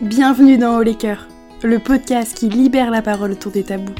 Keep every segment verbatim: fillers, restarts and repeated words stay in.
Bienvenue dans Haut les cœurs, le podcast qui libère la parole autour des tabous.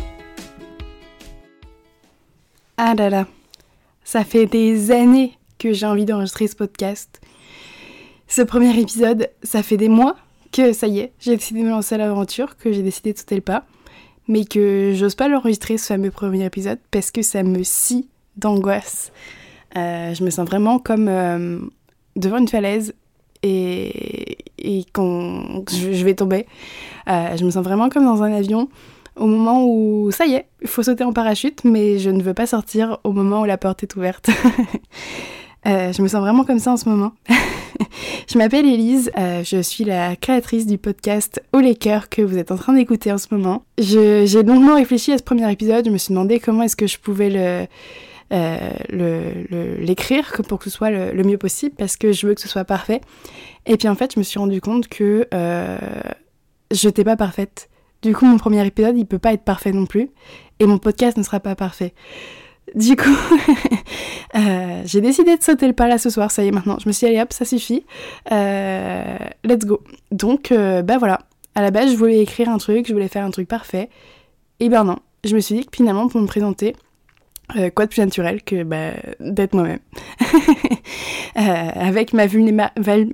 Ah là là, ça fait des années que j'ai envie d'enregistrer ce podcast. Ce premier épisode, ça fait des mois que ça y est, j'ai décidé de me lancer à l'aventure, que j'ai décidé de sauter le pas, mais que j'ose pas l'enregistrer ce fameux premier épisode parce que ça me scie d'angoisse. Euh, je me sens vraiment comme euh, devant une falaise et, et qu'on, je, je vais tomber. Euh, je me sens vraiment comme dans un avion au moment où, ça y est, il faut sauter en parachute, mais je ne veux pas sortir au moment où la porte est ouverte. euh, je me sens vraiment comme ça en ce moment. Je m'appelle Élise, euh, je suis la créatrice du podcast Haut les cœurs que vous êtes en train d'écouter en ce moment. Je, j'ai longuement réfléchi à ce premier épisode, je me suis demandé comment est-ce que je pouvais le... Euh, le, le, l'écrire pour que ce soit le, le mieux possible parce que je veux que ce soit parfait. Et puis en fait, je me suis rendu compte que euh, je n'étais pas parfaite. Du coup, mon premier épisode, il peut pas être parfait non plus. Et mon podcast ne sera pas parfait. Du coup, euh, j'ai décidé de sauter le pas là ce soir. Ça y est, maintenant. Je me suis dit, allez hop, ça suffit. Euh, let's go. Donc, euh, bah voilà. À la base, je voulais écrire un truc, je voulais faire un truc parfait. Et ben non. Je me suis dit que finalement, pour me présenter, Euh, quoi de plus naturel que bah, d'être moi-même. euh, avec ma, vulnéma- val-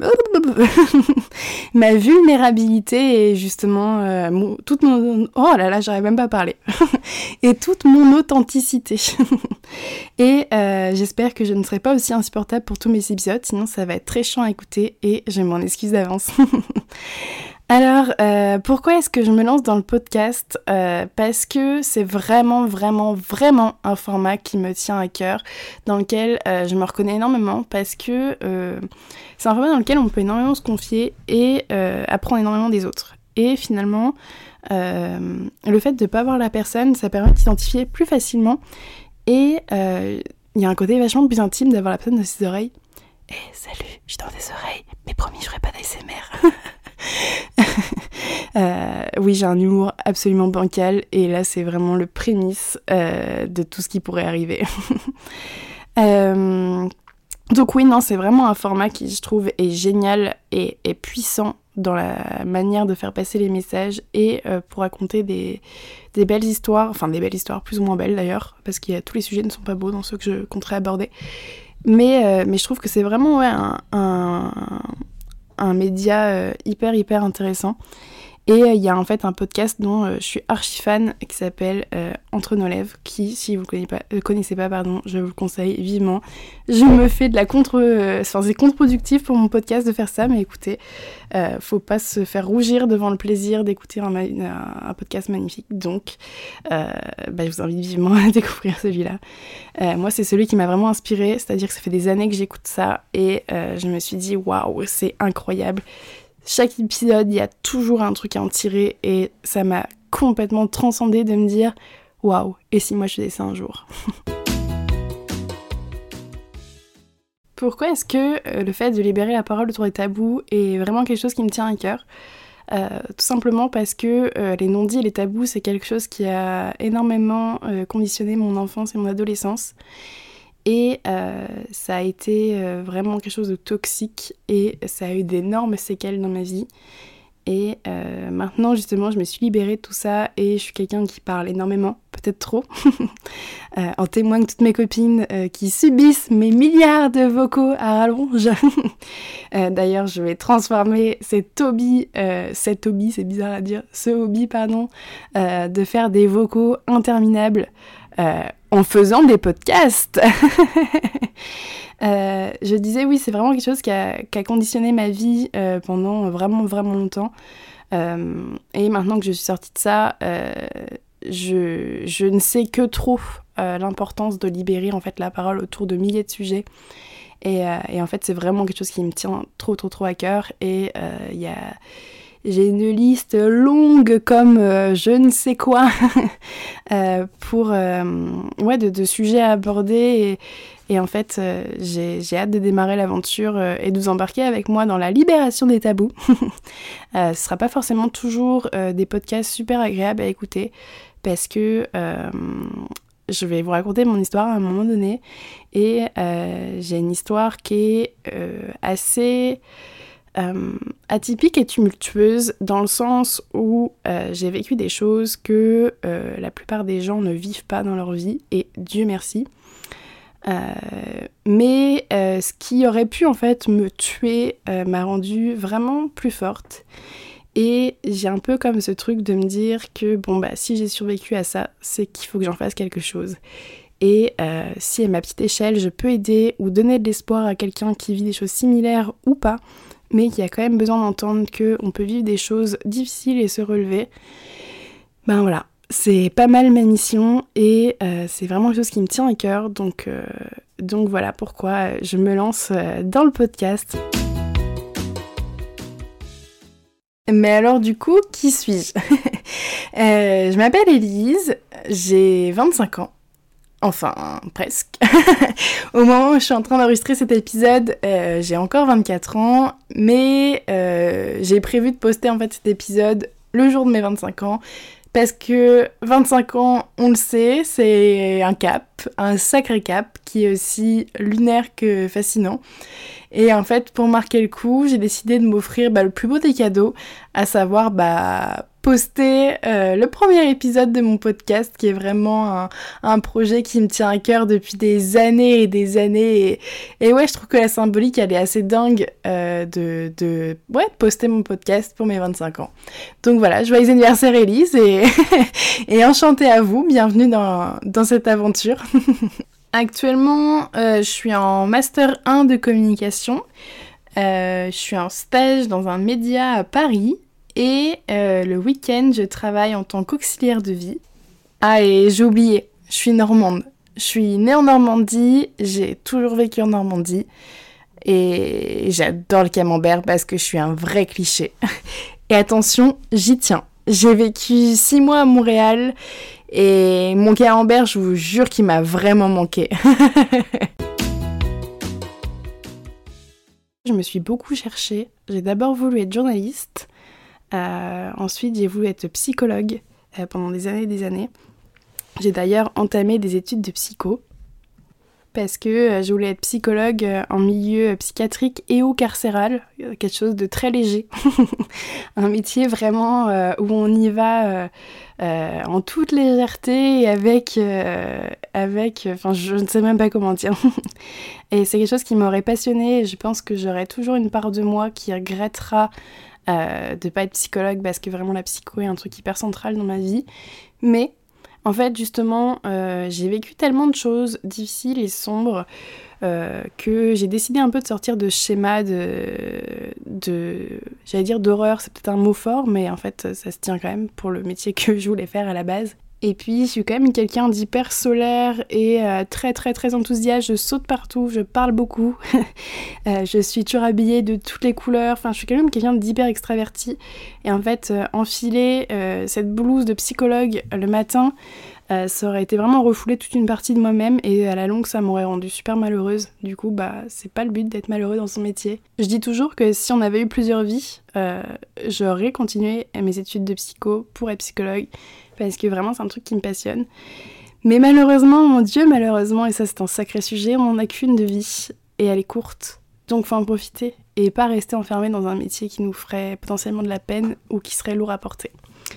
ma vulnérabilité et justement euh, mon, toute mon... Oh là là, j'arrive même pas à parler. Et toute mon authenticité. Et euh, j'espère que je ne serai pas aussi insupportable pour tous mes épisodes, sinon ça va être très chiant à écouter et je m'en excuse d'avance. Alors, euh, pourquoi est-ce que je me lance dans le podcast ? euh, Parce que c'est vraiment, vraiment, vraiment un format qui me tient à cœur, dans lequel euh, je me reconnais énormément, parce que euh, c'est un format dans lequel on peut énormément se confier et euh, apprendre énormément des autres. Et finalement, euh, le fait de ne pas voir la personne, ça permet de s'identifier plus facilement. Et il euh, y a un côté vachement plus intime d'avoir la personne dans ses oreilles. Eh, hey, salut, je suis dans tes oreilles, mais promis, je ferai pas d'A S M R. euh, oui, j'ai un humour absolument bancal et là, c'est vraiment le prémisse euh, de tout ce qui pourrait arriver. euh, donc oui, non, c'est vraiment un format qui, je trouve, est génial et, et puissant dans la manière de faire passer les messages et euh, pour raconter des, des belles histoires, enfin des belles histoires plus ou moins belles d'ailleurs, parce que tous les sujets ne sont pas beaux dans ceux que je compterais aborder. Mais, euh, mais je trouve que c'est vraiment ouais, un, un, un média euh, hyper hyper intéressant. Et il euh, y a en fait un podcast dont euh, je suis archi fan qui s'appelle euh, Entre nos lèvres, qui, si vous ne connaissez pas, euh, connaissez pas, pardon, je vous le conseille vivement. Je me fais de la contre... Euh, enfin, c'est contre-productif pour mon podcast de faire ça, mais écoutez, euh, faut pas se faire rougir devant le plaisir d'écouter un, un, un podcast magnifique. Donc, euh, bah, je vous invite vivement à découvrir celui-là. Euh, moi, c'est celui qui m'a vraiment inspirée, c'est-à-dire que ça fait des années que j'écoute ça, et euh, je me suis dit, waouh, c'est incroyable. Chaque épisode, il y a toujours un truc à en tirer et ça m'a complètement transcendée de me dire « Waouh, et si moi je faisais ça un jour ?» Pourquoi est-ce que euh, le fait de libérer la parole autour des tabous est vraiment quelque chose qui me tient à cœur ? euh, Tout simplement parce que euh, les non-dits et les tabous, c'est quelque chose qui a énormément euh, conditionné mon enfance et mon adolescence. Et euh, ça a été euh, vraiment quelque chose de toxique et ça a eu d'énormes séquelles dans ma vie. Et euh, maintenant, justement, je me suis libérée de tout ça et je suis quelqu'un qui parle énormément, peut-être trop. euh, en témoignent toutes mes copines euh, qui subissent mes milliards de vocaux à rallonge. euh, d'ailleurs, je vais transformer cet hobby, euh, cet hobby, c'est bizarre à dire, ce hobby, pardon, euh, de faire des vocaux interminables euh, en faisant des podcasts. Euh, je disais oui, c'est vraiment quelque chose qui a, qui a conditionné ma vie euh, pendant vraiment vraiment longtemps euh, et maintenant que je suis sortie de ça euh, je, je ne sais que trop euh, l'importance de libérer en fait la parole autour de milliers de sujets et, euh, et en fait c'est vraiment quelque chose qui me tient trop trop trop à cœur et il euh, y a j'ai une liste longue comme euh, je ne sais quoi euh, pour euh, ouais, de, de sujets à aborder et, et en fait euh, j'ai, j'ai hâte de démarrer l'aventure euh, et de vous embarquer avec moi dans la libération des tabous. euh, ce sera pas forcément toujours euh, des podcasts super agréables à écouter parce que euh, je vais vous raconter mon histoire à un moment donné et euh, j'ai une histoire qui est euh, assez... euh, atypique et tumultueuse dans le sens où euh, j'ai vécu des choses que euh, la plupart des gens ne vivent pas dans leur vie, et Dieu merci. Euh, mais euh, ce qui aurait pu en fait me tuer euh, m'a rendue vraiment plus forte. Et j'ai un peu comme ce truc de me dire que bon bah si j'ai survécu à ça, c'est qu'il faut que j'en fasse quelque chose. Et euh, si à ma petite échelle je peux aider ou donner de l'espoir à quelqu'un qui vit des choses similaires ou pas, mais qui a quand même besoin d'entendre qu'on peut vivre des choses difficiles et se relever, ben voilà, c'est pas mal ma mission et euh, c'est vraiment quelque chose qui me tient à cœur, donc, euh, donc voilà pourquoi je me lance dans le podcast. Mais alors du coup, qui suis-je ? euh, Je m'appelle Élise, j'ai vingt-cinq ans. Enfin, presque. Au moment où je suis en train d'enregistrer cet épisode, euh, j'ai encore vingt-quatre ans, mais euh, j'ai prévu de poster en fait cet épisode le jour de mes vingt-cinq ans, parce que vingt-cinq ans, on le sait, c'est un cap, un sacré cap, qui est aussi lunaire que fascinant. Et en fait, pour marquer le coup, j'ai décidé de m'offrir bah, le plus beau des cadeaux, à savoir bah, poster euh, le premier épisode de mon podcast, qui est vraiment un, un projet qui me tient à cœur depuis des années et des années. Et, et ouais, je trouve que la symbolique, elle est assez dingue euh, de, de ouais, poster mon podcast pour mes vingt-cinq ans. Donc voilà, joyeux anniversaire Élise, et, et enchantée à vous, bienvenue dans, dans cette aventure. Actuellement, euh, je suis en Master un de communication, euh, je suis en stage dans un média à Paris et euh, le week-end, je travaille en tant qu'auxiliaire de vie. Ah, et j'ai oublié, je suis normande. Je suis née en Normandie, j'ai toujours vécu en Normandie et j'adore le camembert parce que je suis un vrai cliché. Et attention, j'y tiens. J'ai vécu six mois à Montréal et mon camembert, je vous jure qu'il m'a vraiment manqué. Je me suis beaucoup cherchée. J'ai d'abord voulu être journaliste. Euh, ensuite, j'ai voulu être psychologue euh, pendant des années et des années. J'ai d'ailleurs entamé des études de psycho parce que euh, je voulais être psychologue euh, en milieu psychiatrique et ou carcéral, euh, quelque chose de très léger. Un métier vraiment euh, où on y va euh, euh, en toute légèreté et avec... Euh, avec enfin, je ne sais même pas comment dire. Et c'est quelque chose qui m'aurait passionnée et je pense que j'aurai toujours une part de moi qui regrettera euh, de ne pas être psychologue parce que vraiment la psycho est un truc hyper central dans ma vie. Mais... En fait, justement, euh, j'ai vécu tellement de choses difficiles et sombres euh, que j'ai décidé un peu de sortir de ce schéma de, de... J'allais dire d'horreur, c'est peut-être un mot fort, mais en fait, ça se tient quand même pour le métier que je voulais faire à la base. Et puis, je suis quand même quelqu'un d'hyper solaire et euh, très très très enthousiaste. Je saute partout, je parle beaucoup. euh, je suis toujours habillée de toutes les couleurs. Enfin, je suis quand même quelqu'un d'hyper extraverti. Et en fait, euh, enfiler euh, cette blouse de psychologue le matin, euh, ça aurait été vraiment refouler toute une partie de moi-même. Et à la longue, ça m'aurait rendue super malheureuse. Du coup, bah, c'est pas le but d'être malheureux dans son métier. Je dis toujours que si on avait eu plusieurs vies, euh, j'aurais continué mes études de psycho pour être psychologue. Parce que vraiment, c'est un truc qui me passionne. Mais malheureusement, mon Dieu, malheureusement, et ça c'est un sacré sujet, on n'en a qu'une de vie, et elle est courte. Donc faut en profiter, et pas rester enfermé dans un métier qui nous ferait potentiellement de la peine, ou qui serait lourd à porter.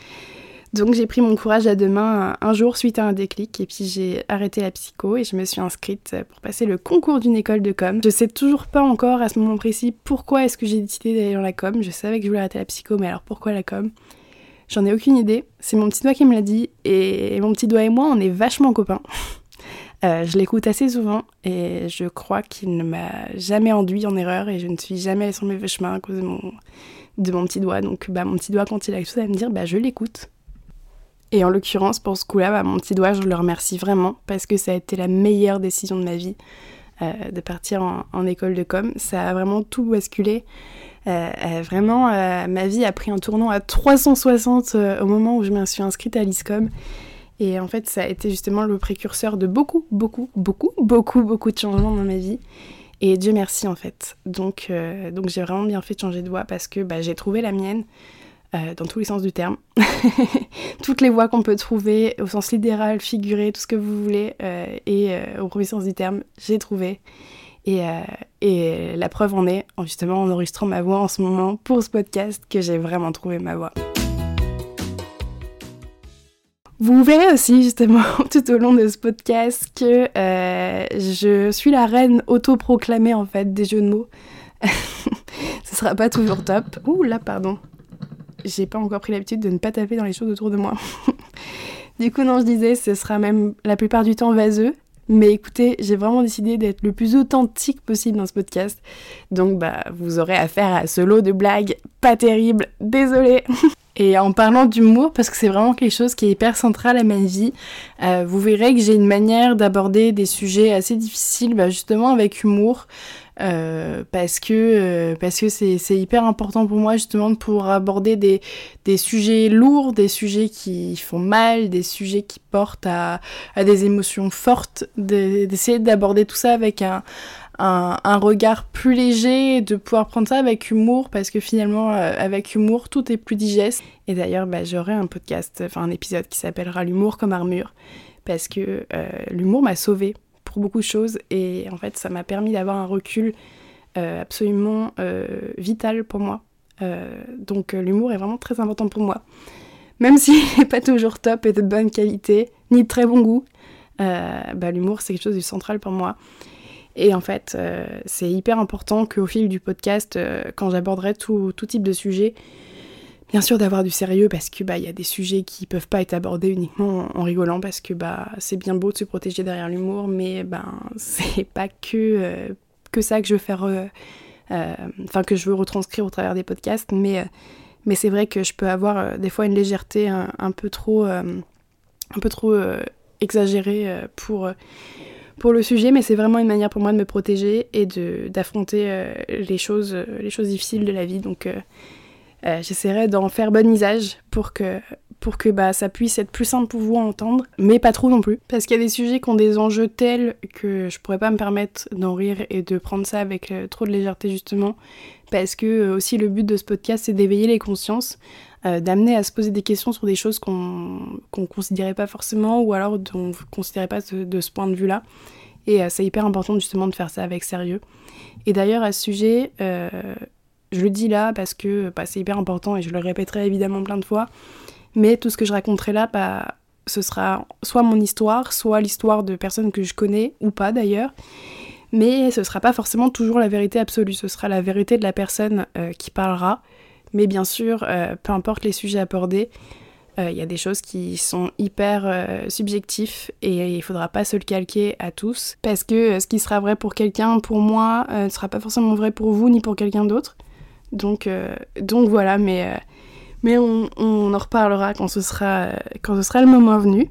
Donc j'ai pris mon courage à deux mains un jour suite à un déclic, et puis j'ai arrêté la psycho, et je me suis inscrite pour passer le concours d'une école de com. Je sais toujours pas encore, à ce moment précis, pourquoi est-ce que j'ai décidé d'aller dans la com. Je savais que je voulais arrêter la psycho, mais alors pourquoi la com ? J'en ai aucune idée, c'est mon petit doigt qui me l'a dit, et mon petit doigt et moi, on est vachement copains. Euh, je l'écoute assez souvent, et je crois qu'il ne m'a jamais enduit en erreur, et je ne suis jamais allée sur mes chemins à cause de mon, de mon petit doigt. Donc bah, mon petit doigt, quand il a quelque chose à me dire, bah, je l'écoute. Et en l'occurrence, pour ce coup-là, bah, mon petit doigt, je le remercie vraiment, parce que ça a été la meilleure décision de ma vie, euh, de partir en, en école de com. Ça a vraiment tout basculé. Euh, euh, vraiment, euh, ma vie a pris un tournant à trois cent soixante euh, au moment où je me suis inscrite à l'I S C O M. Et en fait, ça a été justement le précurseur de beaucoup, beaucoup, beaucoup, beaucoup, beaucoup de changements dans ma vie. Et Dieu merci, en fait. Donc, euh, donc j'ai vraiment bien fait de changer de voie parce que bah, j'ai trouvé la mienne euh, dans tous les sens du terme. Toutes les voies qu'on peut trouver, au sens littéral, figuré, tout ce que vous voulez, euh, et euh, au premier sens du terme, j'ai trouvé. Et, euh, et la preuve en est, justement, en enregistrant ma voix en ce moment pour ce podcast, que j'ai vraiment trouvé ma voix. Vous verrez aussi, justement, tout au long de ce podcast, que euh, je suis la reine autoproclamée, en fait, des jeux de mots. Ce sera pas toujours top. Ouh là, pardon. J'ai pas encore pris l'habitude de ne pas taper dans les choses autour de moi. Du coup, non, je disais, ce sera même la plupart du temps vaseux. Mais écoutez, j'ai vraiment décidé d'être le plus authentique possible dans ce podcast. Donc, bah, vous aurez affaire à ce lot de blagues pas terribles. Désolée. Et en parlant d'humour, parce que c'est vraiment quelque chose qui est hyper central à ma vie, euh, vous verrez que j'ai une manière d'aborder des sujets assez difficiles, bah, justement avec humour. Euh, parce que euh, parce que c'est c'est hyper important pour moi justement de pouvoir aborder des des sujets lourds, des sujets qui font mal, des sujets qui portent à à des émotions fortes, de, d'essayer d'aborder tout ça avec un un un regard plus léger, de pouvoir prendre ça avec humour, parce que finalement euh, avec humour tout est plus digeste. Et d'ailleurs bah, j'aurai un podcast, enfin un épisode qui s'appellera l'humour comme armure, parce que euh, l'humour m'a sauvée pour beaucoup de choses, et en fait ça m'a permis d'avoir un recul euh, absolument euh, vital pour moi. Euh, donc euh, l'humour est vraiment très important pour moi. Même s'il n'est pas toujours top et de bonne qualité, ni de très bon goût, euh, bah, l'humour c'est quelque chose de central pour moi. Et en fait, euh, c'est hyper important qu'au fil du podcast, euh, quand j'aborderai tout, tout type de sujet, bien sûr d'avoir du sérieux, parce que bah, y a des sujets qui peuvent pas être abordés uniquement en, en rigolant, parce que bah, c'est bien beau de se protéger derrière l'humour, mais ben, c'est pas que, euh, que ça que je veux faire, euh, euh, enfin que je veux retranscrire au travers des podcasts, mais, euh, mais c'est vrai que je peux avoir euh, des fois une légèreté un, un peu trop, euh, un peu trop euh, exagérée euh, pour... Euh, pour le sujet, mais c'est vraiment une manière pour moi de me protéger et de, d'affronter euh, les, choses, euh, les choses difficiles de la vie. Donc euh, euh, j'essaierai d'en faire bon usage pour que, pour que bah, ça puisse être plus simple pour vous à entendre, mais pas trop non plus. Parce qu'il y a des sujets qui ont des enjeux tels que je pourrais pas me permettre d'en rire et de prendre ça avec euh, trop de légèreté justement. Parce que euh, aussi le but de ce podcast, c'est d'éveiller les consciences, euh, d'amener à se poser des questions sur des choses qu'on qu'on considérait pas forcément, ou alors dont on ne considérait pas de, de ce point de vue-là. Et euh, c'est hyper important justement de faire ça avec sérieux. Et d'ailleurs à ce sujet, euh, je le dis là parce que bah, c'est hyper important et je le répéterai évidemment plein de fois, mais tout ce que je raconterai là, bah, ce sera soit mon histoire, soit l'histoire de personnes que je connais, ou pas d'ailleurs, mais ce sera pas forcément toujours la vérité absolue, ce sera la vérité de la personne euh, qui parlera. Mais bien sûr, euh, peu importe les sujets abordés, il euh, y a des choses qui sont hyper euh, subjectifs et il faudra pas se le calquer à tous, parce que euh, ce qui sera vrai pour quelqu'un, pour moi, euh, ne sera pas forcément vrai pour vous ni pour quelqu'un d'autre. Donc, euh, donc voilà, mais, euh, mais on, on en reparlera quand ce sera, euh, quand ce sera le moment venu.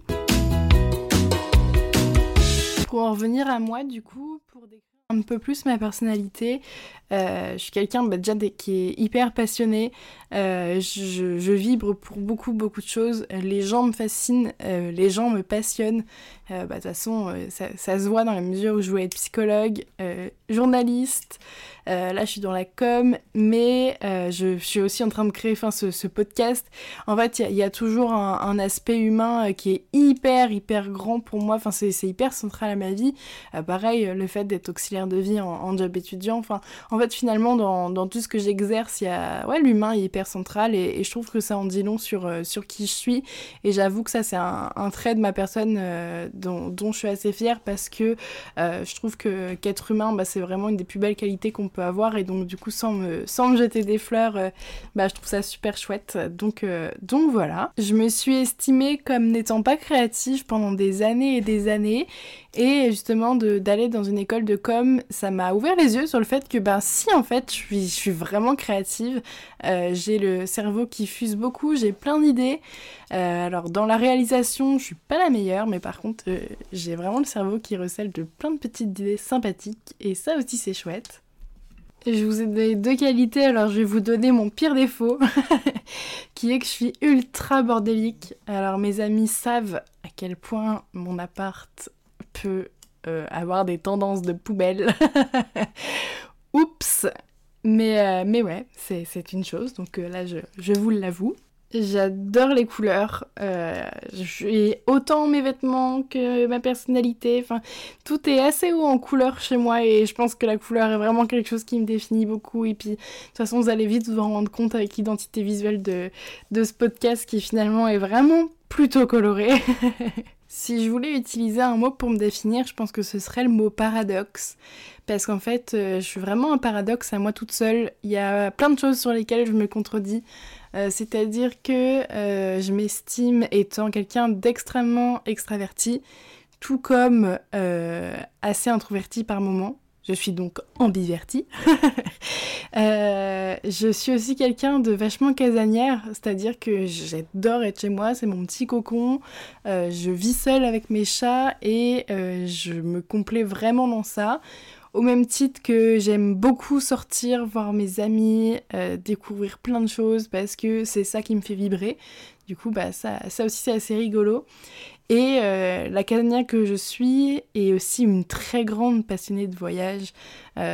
Pour en revenir à moi, du coup, pour décrire un peu plus ma personnalité, euh, je suis quelqu'un bah, déjà qui est hyper passionné, euh, je, je vibre pour beaucoup beaucoup de choses, les gens me fascinent, euh, les gens me passionnent, euh, bah, de toute façon euh, ça, ça se voit dans la mesure où je veux être psychologue, euh, journaliste, euh, là je suis dans la com, mais euh, je, je suis aussi en train de créer enfin, ce, ce podcast. En fait il y, y a toujours un, un aspect humain euh, qui est hyper hyper grand pour moi, enfin, c'est, c'est hyper central à ma vie, euh, pareil le fait d'être auxiliaire de vie en, en job étudiant, enfin en fait finalement dans, dans tout ce que j'exerce, il y a ouais, l'humain est hyper central, et, et je trouve que ça en dit long sur, euh, sur qui je suis, et j'avoue que ça c'est un, un trait de ma personne euh, dont, dont je suis assez fière, parce que euh, je trouve que qu'être humain bah, c'est vraiment une des plus belles qualités qu'on peut avoir, et donc du coup sans me, sans me jeter des fleurs, euh, bah, je trouve ça super chouette, donc, euh, donc voilà. Je me suis estimée comme n'étant pas créative pendant des années et des années, et justement de, d'aller dans une école de com, ça m'a ouvert les yeux sur le fait que ben si en fait je suis, je suis vraiment créative, euh, j'ai le cerveau qui fuse beaucoup, j'ai plein d'idées, euh, alors dans la réalisation je suis pas la meilleure, mais par contre euh, j'ai vraiment le cerveau qui recèle de plein de petites idées sympathiques, et ça aussi c'est chouette. Je vous ai donné deux qualités, alors je vais vous donner mon pire défaut, qui est que je suis ultra bordélique. Alors mes amis savent à quel point mon appart peut euh, avoir des tendances de poubelle. Oups. Mais, euh, mais ouais, c'est, c'est une chose, donc euh, là je, je vous l'avoue. J'adore les couleurs, euh, j'ai autant mes vêtements que ma personnalité, enfin tout est assez haut en couleurs chez moi et je pense que la couleur est vraiment quelque chose qui me définit beaucoup et puis de toute façon vous allez vite vous en rendre compte avec l'identité visuelle de, de ce podcast qui finalement est vraiment plutôt coloré. Si je voulais utiliser un mot pour me définir, je pense que ce serait le mot paradoxe. Parce qu'en fait, euh, je suis vraiment un paradoxe à moi toute seule. Il y a plein de choses sur lesquelles je me contredis. Euh, c'est-à-dire que euh, je m'estime étant quelqu'un d'extrêmement extraverti, tout comme euh, assez introverti par moments. Je suis donc ambivertie. euh, je suis aussi quelqu'un de vachement casanière, c'est-à-dire que j'adore être chez moi, c'est mon petit cocon. Euh, je vis seule avec mes chats et euh, je me complais vraiment dans ça. Au même titre que j'aime beaucoup sortir, voir mes amis, euh, découvrir plein de choses parce que c'est ça qui me fait vibrer. Du coup, bah ça, ça aussi c'est assez rigolo. Et euh, la casanière que je suis est aussi une très grande passionnée de voyage. Euh,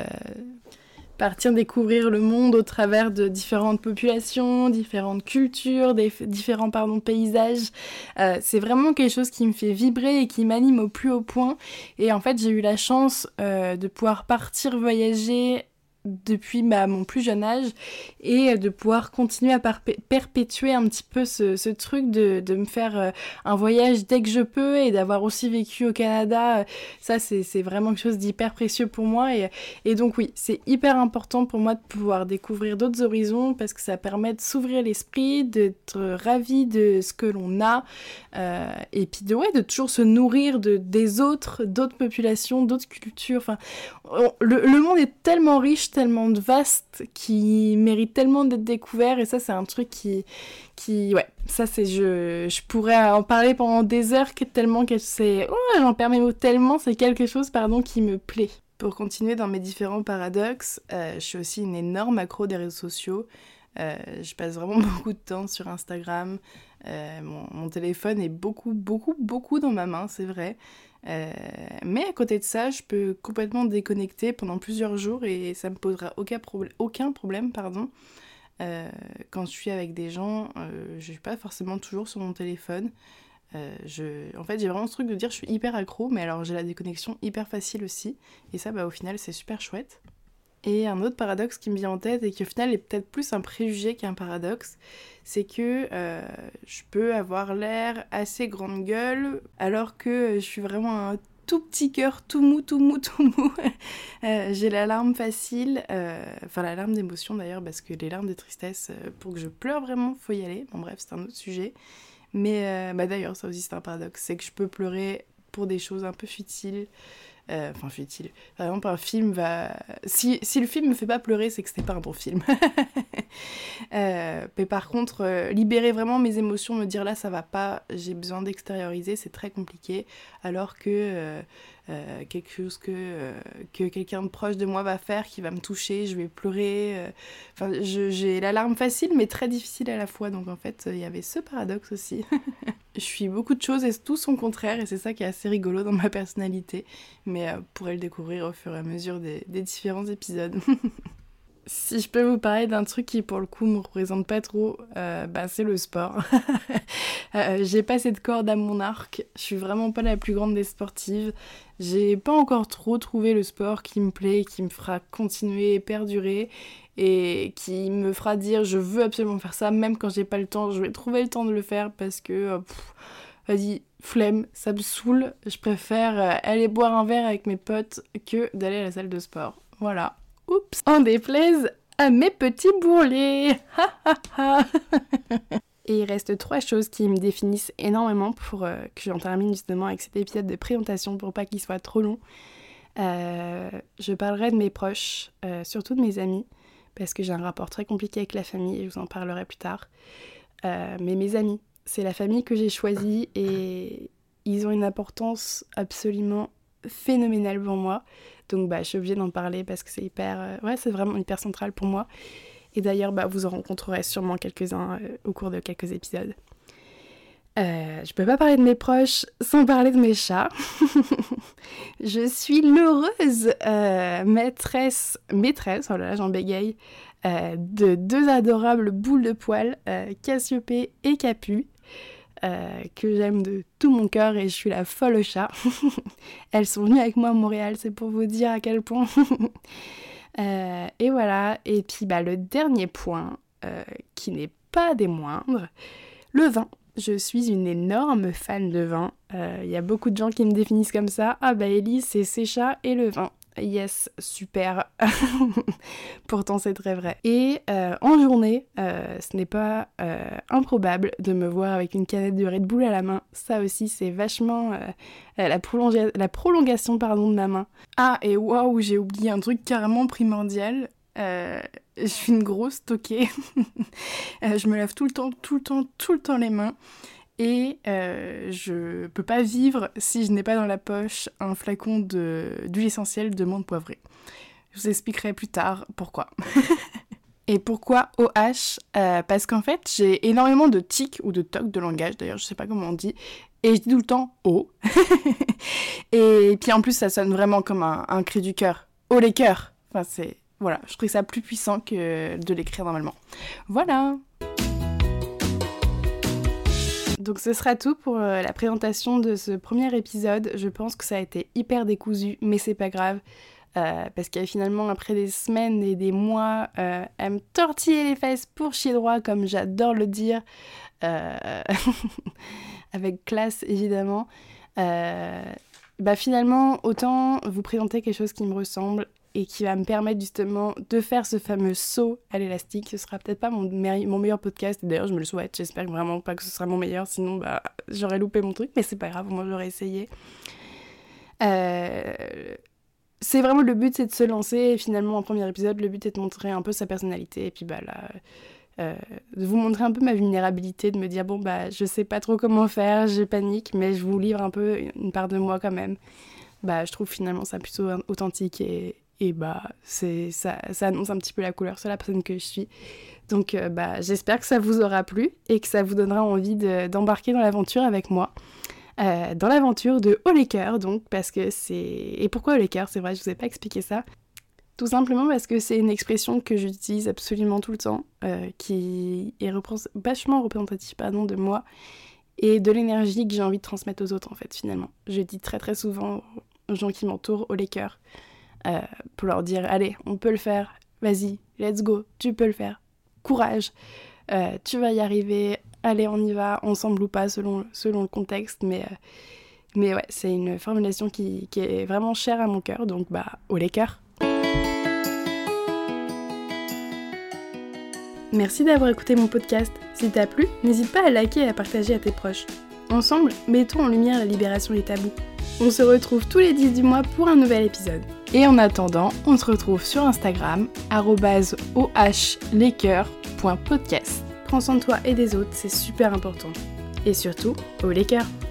partir découvrir le monde au travers de différentes populations, différentes cultures, des différents pardon, paysages. Euh, c'est vraiment quelque chose qui me fait vibrer et qui m'anime au plus haut point. Et en fait, j'ai eu la chance euh, de pouvoir partir voyager depuis bah, mon plus jeune âge et de pouvoir continuer à perpé- perpétuer un petit peu ce, ce truc de, de me faire euh, un voyage dès que je peux et d'avoir aussi vécu au Canada. Ça, c'est, c'est vraiment quelque chose d'hyper précieux pour moi. Et, et donc oui, c'est hyper important pour moi de pouvoir découvrir d'autres horizons parce que ça permet de s'ouvrir l'esprit, d'être ravi de ce que l'on a euh, et puis de, ouais, de toujours se nourrir de, des autres, d'autres populations, d'autres cultures. Enfin, on, le, le monde est tellement riche, tellement vaste, qui mérite tellement d'être découvert et ça c'est un truc qui, qui ouais, ça c'est, je, je pourrais en parler pendant des heures que tellement que c'est, oh j'en perds mes mots tellement, c'est quelque chose pardon qui me plaît. Pour continuer dans mes différents paradoxes, euh, je suis aussi une énorme accro des réseaux sociaux. Euh, je passe vraiment beaucoup de temps sur Instagram. Euh, mon, mon téléphone est beaucoup, beaucoup, beaucoup dans ma main, c'est vrai. Euh, mais à côté de ça, je peux complètement déconnecter pendant plusieurs jours et ça me posera aucun, prob- aucun problème. Pardon. Euh, quand je suis avec des gens, euh, je suis pas forcément toujours sur mon téléphone. Euh, je... En fait, j'ai vraiment ce truc de dire je suis hyper accro, mais alors j'ai la déconnexion hyper facile aussi. Et ça, bah, au final, c'est super chouette. Et un autre paradoxe qui me vient en tête et qui au final est peut-être plus un préjugé qu'un paradoxe, c'est que euh, je peux avoir l'air assez grande gueule alors que je suis vraiment un tout petit cœur, tout mou, tout mou, tout mou. euh, j'ai la larme facile, euh, enfin la larme d'émotion d'ailleurs, parce que les larmes de tristesse, euh, pour que je pleure vraiment, faut y aller. Bon bref, c'est un autre sujet. Mais euh, bah d'ailleurs, ça aussi c'est un paradoxe, c'est que je peux pleurer pour des choses un peu futiles. Euh, enfin, futile. Par exemple, un film va... Si, si le film me fait pas pleurer, c'est que c'était pas un bon film. euh, mais par contre, euh, libérer vraiment mes émotions, me dire là, ça va pas, j'ai besoin d'extérioriser, c'est très compliqué. Alors que euh, euh, quelque chose que, euh, que quelqu'un de proche de moi va faire, qui va me toucher, je vais pleurer. Euh... Enfin, je, j'ai la larme facile, mais très difficile à la fois. Donc en fait, il y avait ce paradoxe aussi. Je suis beaucoup de choses et tout son contraire, et c'est ça qui est assez rigolo dans ma personnalité. Mais euh, vous pourrez le découvrir au fur et à mesure des, des différents épisodes. Si je peux vous parler d'un truc qui pour le coup me représente pas trop, euh, bah c'est le sport. euh, j'ai pas cette corde à mon arc, je suis vraiment pas la plus grande des sportives. J'ai pas encore trop trouvé le sport qui me plaît, qui me fera continuer et perdurer et qui me fera dire je veux absolument faire ça, même quand j'ai pas le temps, je vais trouver le temps de le faire parce que euh, pff, vas-y, flemme, ça me saoule, je préfère euh, aller boire un verre avec mes potes que d'aller à la salle de sport. Voilà. Oups, en déplaise à mes petits bourrelets. Et il reste trois choses qui me définissent énormément pour euh, que j'en termine justement avec cet épisode de présentation pour pas qu'il soit trop long. Euh, je parlerai de mes proches, euh, surtout de mes amis, parce que j'ai un rapport très compliqué avec la famille et je vous en parlerai plus tard. Euh, mais mes amis, c'est la famille que j'ai choisie et ils ont une importance absolument phénoménale pour moi. Donc bah, je suis obligée d'en parler parce que c'est hyper... Euh, ouais, c'est vraiment hyper central pour moi. Et d'ailleurs, bah, vous en rencontrerez sûrement quelques-uns euh, au cours de quelques épisodes. Euh, je peux pas parler de mes proches sans parler de mes chats. Je suis l'heureuse euh, maîtresse, maîtresse, oh là là j'en bégaye, euh, de deux adorables boules de poils, euh, Cassiopée et Capu, euh, que j'aime de tout mon cœur et je suis la folle aux chats. Elles sont venues avec moi à Montréal, c'est pour vous dire à quel point. euh, et voilà, et puis bah, le dernier point, euh, qui n'est pas des moindres, le vin. Je suis une énorme fan de vin. Il euh, y a beaucoup de gens qui me définissent comme ça. Ah bah Ellie, c'est ses chats et le vin. Yes, super. Pourtant c'est très vrai. Et euh, en journée, euh, ce n'est pas euh, improbable de me voir avec une canette de Red Bull à la main. Ça aussi c'est vachement euh, la, prolonga- la prolongation pardon, de ma main. Ah et waouh, j'ai oublié un truc carrément primordial. Euh, je suis une grosse toquée. euh, je me lave tout le temps, tout le temps, tout le temps les mains. Et euh, je peux pas vivre si je n'ai pas dans la poche un flacon de, d'huile essentielle de menthe poivrée. Je vous expliquerai plus tard pourquoi. Et pourquoi O H euh, Parce qu'en fait, j'ai énormément de tics ou de tocs de langage, d'ailleurs, je sais pas comment on dit, et je dis tout le temps O. Et puis en plus, ça sonne vraiment comme un, un cri du cœur. Oh les cœurs. Enfin, c'est... Voilà, je trouve ça plus puissant que de l'écrire normalement. Voilà. Donc ce sera tout pour euh, la présentation de ce premier épisode. Je pense que ça a été hyper décousu, mais c'est pas grave. Euh, parce que finalement, après des semaines et des mois euh, à me tortiller les fesses pour chier droit, comme j'adore le dire, euh, avec classe évidemment, euh, bah finalement, autant vous présenter quelque chose qui me ressemble et qui va me permettre justement de faire ce fameux saut à l'élastique. Ce sera peut-être pas mon, me- mon meilleur podcast, et d'ailleurs je me le souhaite, j'espère vraiment pas que ce sera mon meilleur, sinon bah, j'aurais loupé mon truc, mais c'est pas grave, moi j'aurais essayé. Euh... C'est vraiment le but, c'est de se lancer, et finalement en premier épisode, le but est de montrer un peu sa personnalité, et puis bah là, euh, de vous montrer un peu ma vulnérabilité, de me dire bon bah je sais pas trop comment faire, je panique, mais je vous livre un peu une part de moi quand même. Bah je trouve finalement ça plutôt authentique et Et bah, c'est, ça, ça annonce un petit peu la couleur sur la personne que je suis. Donc euh, bah, j'espère que ça vous aura plu et que ça vous donnera envie de, d'embarquer dans l'aventure avec moi. Euh, dans l'aventure de Haut les cœurs, donc, parce que c'est... Et pourquoi Haut les cœurs ? C'est vrai, je vous ai pas expliqué ça. Tout simplement parce que c'est une expression que j'utilise absolument tout le temps, euh, qui est repré- vachement représentative pardon, de moi et de l'énergie que j'ai envie de transmettre aux autres, en fait, finalement. Je dis très très souvent aux gens qui m'entourent Haut les cœurs. Euh, pour leur dire, allez, on peut le faire, vas-y, let's go, tu peux le faire, courage, euh, tu vas y arriver, allez, on y va, ensemble ou pas, selon, selon le contexte, mais, euh, mais ouais, c'est une formulation qui, qui est vraiment chère à mon cœur, donc bah, haut les cœurs. Merci d'avoir écouté mon podcast. Si t'as plu, n'hésite pas à liker et à partager à tes proches. Ensemble, mettons en lumière la libération des tabous. On se retrouve tous les dix du mois pour un nouvel épisode. Et en attendant, on se retrouve sur Instagram, arobase o h les cœurs point podcast. Prends soin de toi et des autres, c'est super important. Et surtout, haut les cœurs.